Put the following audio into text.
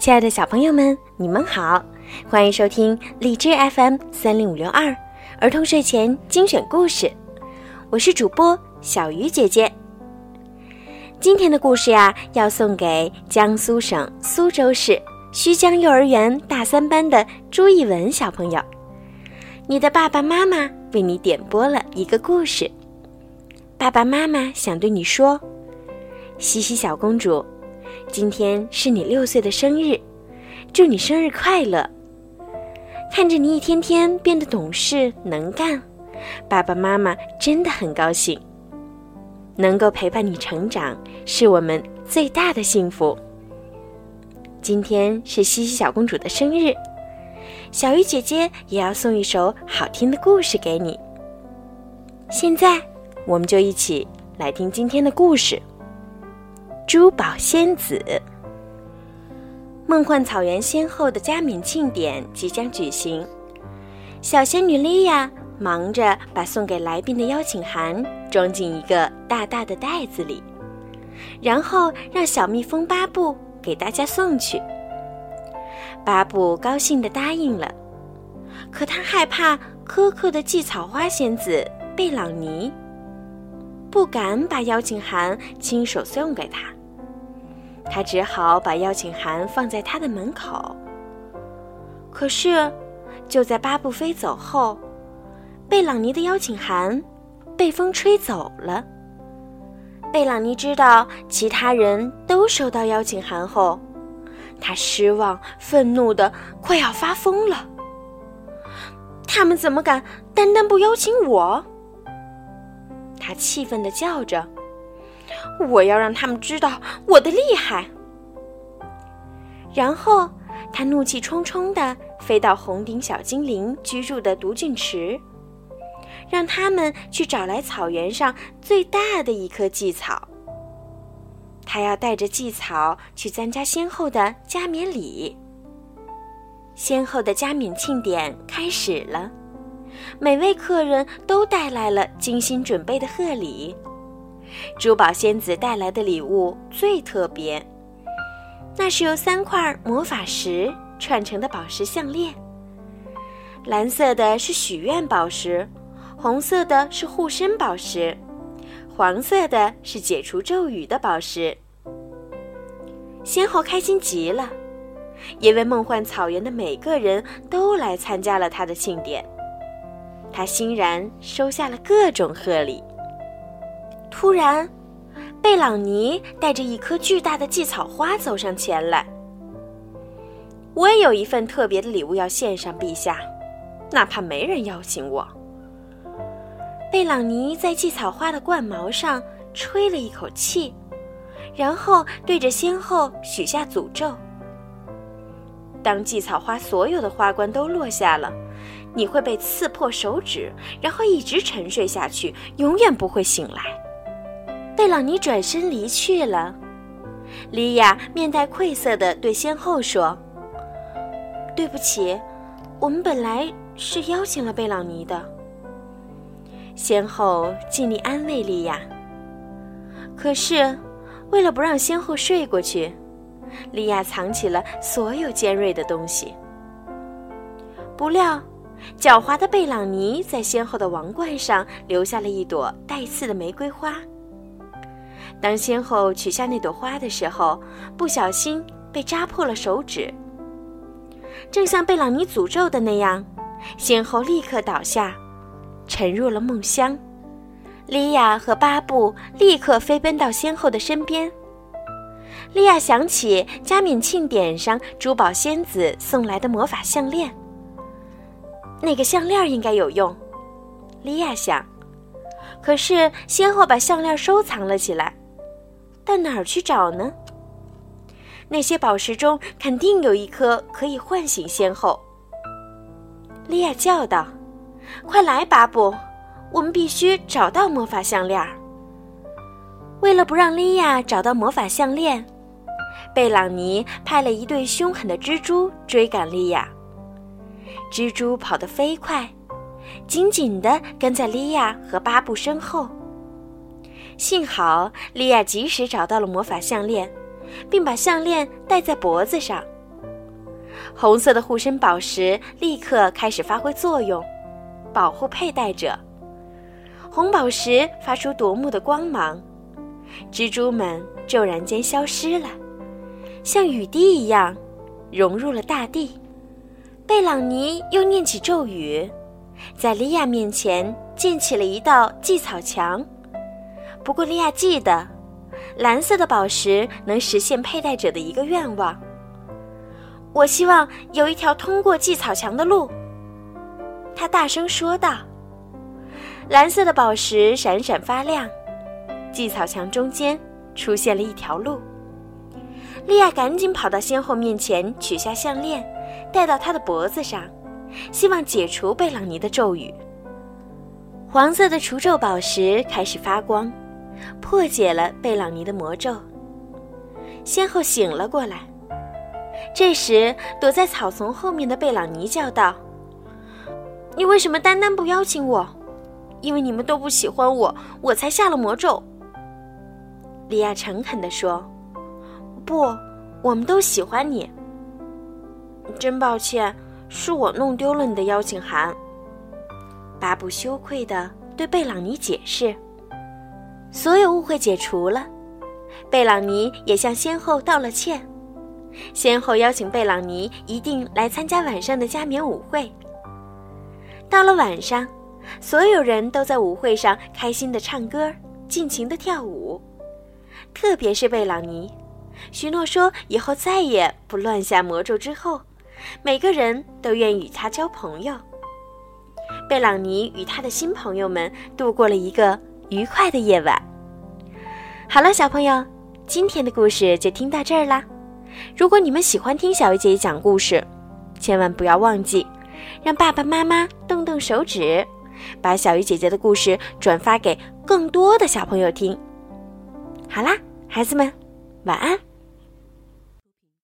亲爱的小朋友们，你们好，欢迎收听荔枝 FM30562儿童睡前精选故事，我是主播小鱼姐姐。今天的故事呀，要送给江苏省苏州市胥江幼儿园大3班的朱艺文小朋友。你的爸爸妈妈为你点播了一个故事，爸爸妈妈想对你说，西西小公主，今天是你6岁的生日，祝你生日快乐！看着你一天天变得懂事能干，爸爸妈妈真的很高兴。能够陪伴你成长，是我们最大的幸福。今天是西西小公主的生日，小鱼姐姐也要送一首好听的故事给你。现在，我们就一起来听今天的故事。珠宝仙子。梦幻草原仙后的加冕庆典即将举行，小仙女莉亚忙着把送给来宾的邀请函装进一个大大的袋子里，然后让小蜜蜂巴布给大家送去。巴布高兴地答应了，可他害怕苛刻的祭草花仙子贝朗尼，不敢把邀请函亲手送给他。他只好把邀请函放在他的门口。可是，就在巴布飞走后，贝朗尼的邀请函被风吹走了。贝朗尼知道其他人都收到邀请函后，他失望、愤怒得快要发疯了。他们怎么敢单单不邀请我？他气愤地叫着，我要让他们知道我的厉害。然后他怒气冲冲地飞到红顶小精灵居住的毒菌池，让他们去找来草原上最大的一棵荠草。他要带着荠草去参加先后的加冕礼。先后的加冕庆典开始了，每位客人都带来了精心准备的贺礼。珠宝仙子带来的礼物最特别，那是由3块魔法石串成的宝石项链。蓝色的是许愿宝石，红色的是护身宝石，黄色的是解除咒语的宝石。仙后开心极了，因为梦幻草原的每个人都来参加了她的庆典。她欣然收下了各种贺礼。突然，贝朗尼带着一颗巨大的荠草花走上前来。我也有一份特别的礼物要献上陛下，哪怕没人邀请我。贝朗尼在荠草花的冠毛上吹了一口气，然后对着仙后许下诅咒。当荠草花所有的花冠都落下了，你会被刺破手指，然后一直沉睡下去，永远不会醒来。贝朗尼转身离去了。莉亚面带愧色地对仙后说，对不起，我们本来是邀请了贝朗尼的。仙后尽力安慰莉亚，可是为了不让仙后睡过去，莉亚藏起了所有尖锐的东西。不料狡猾的贝朗尼在仙后的王冠上留下了一朵带刺的玫瑰花。当仙后取下那朵花的时候，不小心被扎破了手指。正像贝朗尼诅咒的那样，仙后立刻倒下，沉入了梦乡。莉亚和巴布立刻飞奔到仙后的身边。莉亚想起加冕庆典上珠宝仙子送来的魔法项链，那个项链应该有用，莉亚想。可是仙后把项链收藏了起来，但哪儿去找呢？那些宝石中肯定有一颗可以唤醒仙后。莉亚叫道，快来巴布，我们必须找到魔法项链。为了不让莉亚找到魔法项链，贝朗尼派了一对凶狠的蜘蛛追赶莉亚。蜘蛛跑得飞快，紧紧地跟在莉亚和巴布身后。幸好莉亚及时找到了魔法项链，并把项链戴在脖子上。 红色的护身宝石立刻开始发挥作用，保护佩戴者。红宝石发出夺目的光芒，蜘蛛们骤然间消失了，像雨滴一样融入了大地。贝朗尼又念起咒语，在莉亚面前建起了一道祭草墙。不过莉亚记得，蓝色的宝石能实现佩戴者的一个愿望。我希望有一条通过祭草墙的路，她大声说道。蓝色的宝石闪闪发亮，祭草墙中间出现了一条路。莉亚赶紧跑到仙后面前，取下项链戴到她的脖子上，希望解除贝朗尼的咒语。黄色的除咒宝石开始发光，破解了贝朗尼的魔咒。仙后醒了过来，这时躲在草丛后面的贝朗尼叫道：你为什么单单不邀请我？因为你们都不喜欢我，我才下了魔咒。莉亚诚恳地说：不，我们都喜欢你。真抱歉，是我弄丢了你的邀请函。巴布羞愧地对贝朗尼解释。所有误会解除了，贝朗尼也向仙后道了歉。仙后邀请贝朗尼一定来参加晚上的加冕舞会。到了晚上，所有人都在舞会上开心地唱歌，尽情地跳舞。特别是贝朗尼，许诺说以后再也不乱下魔咒之后，每个人都愿意与他交朋友。贝朗尼与他的新朋友们度过了一个愉快的夜晚。好了，小朋友，今天的故事就听到这儿啦。如果你们喜欢听小鱼姐姐讲故事，千万不要忘记让爸爸妈妈动动手指，把小鱼姐姐的故事转发给更多的小朋友听。好啦，孩子们，晚安。